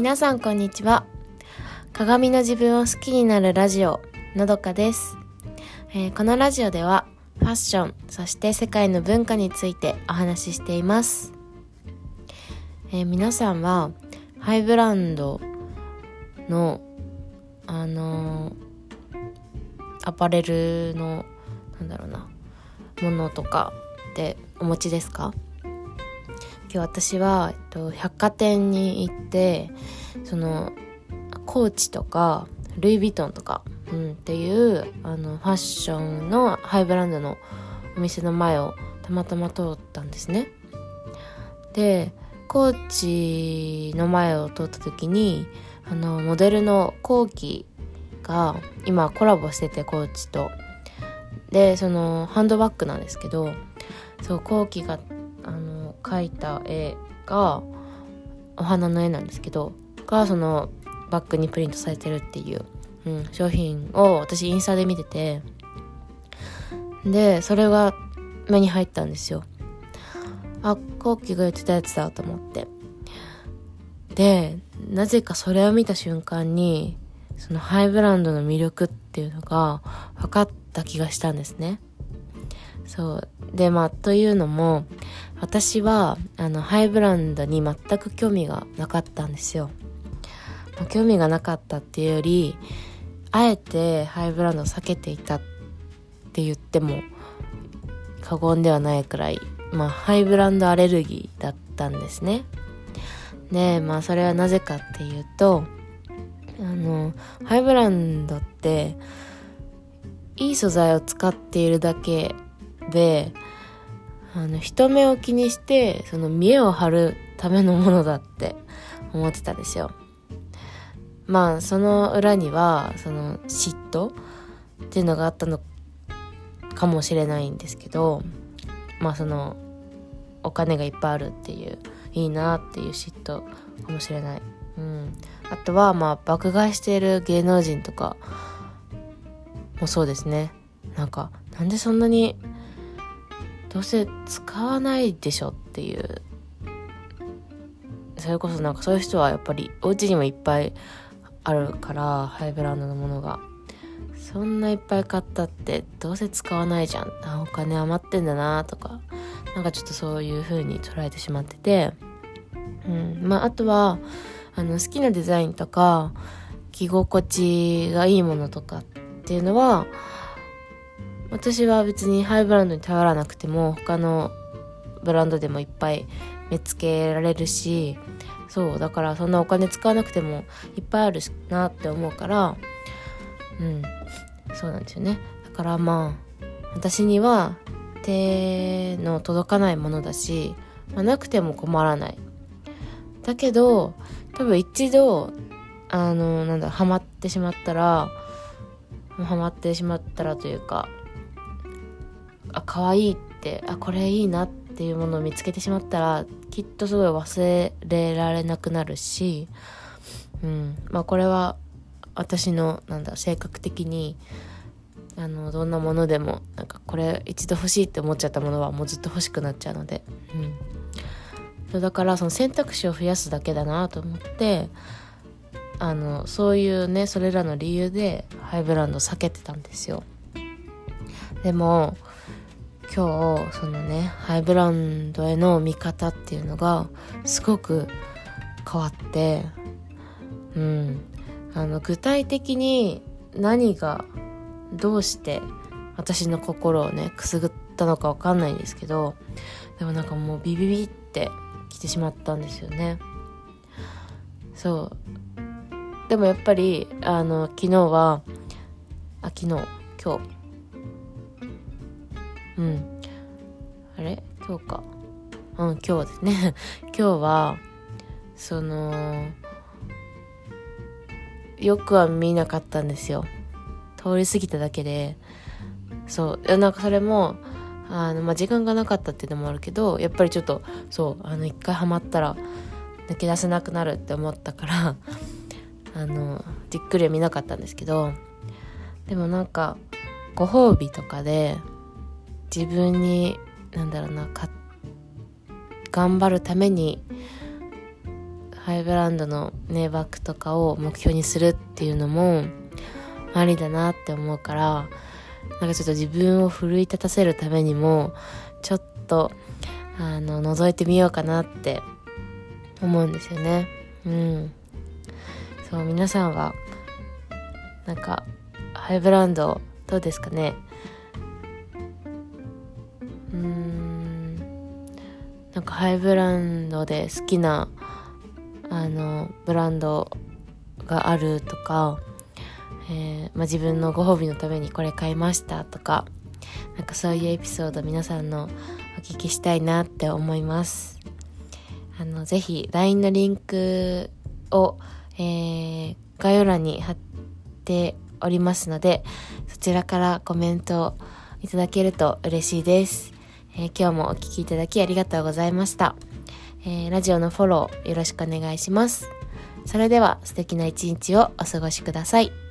皆さんこんにちは。鏡の自分を好きになるラジオのどかです。このラジオではファッション、そして世界の文化についてお話ししています。皆さんはハイブランドのアパレルのものとかってお持ちですか？今日私は、百貨店に行ってコーチとかルイ・ヴィトンとか、っていうファッションのハイブランドのお店の前をたまたま通ったんですね。でコーチの前を通った時にモデルのコウキが今コラボしてて、コーチとでハンドバッグなんですけど、コウキが描いた絵がお花の絵なんですけどがバッグにプリントされてるっていう、商品を私インスタで見てて、でそれが目に入ったんですよ。コウキが言ってたやつだと思って、でなぜかそれを見た瞬間にハイブランドの魅力っていうのが分かった気がしたんですね。でというのも私はハイブランドに全く興味がなかったんですよ。興味がなかったっていうより、あえてハイブランドを避けていたって言っても過言ではないくらい、ハイブランドアレルギーだったんですね。でそれはなぜかっていうと、ハイブランドっていい素材を使っているだけで人目を気にして見栄を張るためのものだって思ってたんですよ。その裏には嫉妬っていうのがあったのかもしれないんですけど、お金がいっぱいあるっていう、いいなっていう嫉妬かもしれない。あとは爆買いしている芸能人とかもそうですね。なんでそんなにどうせ使わないでしょっていう、それこそそういう人はやっぱりお家にもいっぱいあるから、ハイブランドのものがそんないっぱい買ったってどうせ使わないじゃん、お金余ってんだなとか、ちょっとそういう風に捉えてしまってて、あとは好きなデザインとか着心地がいいものとかっていうのは、私は別にハイブランドに頼らなくても他のブランドでもいっぱい見つけられるし、だからそんなお金使わなくてもいっぱいあるなって思うから、そうなんですよね。だから私には手の届かないものだし、なくても困らない。だけど多分一度ハマってしまったらというか、可愛いって、これいいなっていうものを見つけてしまったら、きっとすごい忘れられなくなるし、これは私の性格的にどんなものでもこれ一度欲しいって思っちゃったものはもうずっと欲しくなっちゃうので、だから選択肢を増やすだけだなと思って、そういうね、それらの理由でハイブランドを避けてたんですよ。でも今日ハイブランドへの見方っていうのがすごく変わって、具体的に何がどうして私の心をくすぐったのか分かんないんですけど、でももうビビビってきてしまったんですよね。でもやっぱり今日ですね今日はよくは見なかったんですよ。通り過ぎただけで、それも時間がなかったっていうのもあるけど、やっぱりちょっと一回ハマったら抜け出せなくなるって思ったからじっくりは見なかったんですけど、でもご褒美とかで自分に頑張るためにハイブランドのねバッグとかを目標にするっていうのもありだなって思うから、なんかちょっと自分を奮い立たせるためにもちょっと覗いてみようかなって思うんですよね。そう、皆さんはなんかハイブランドどうですかね。なんかハイブランドで好きなブランドがあるとか、自分のご褒美のためにこれ買いましたとか、なんかそういうエピソード皆さんのお聞きしたいなって思います。ぜひ LINE のリンクを、概要欄に貼っておりますので、そちらからコメントいただけると嬉しいです。今日もお聞きいただきありがとうございました。ラジオのフォローよろしくお願いします。それでは素敵な一日をお過ごしください。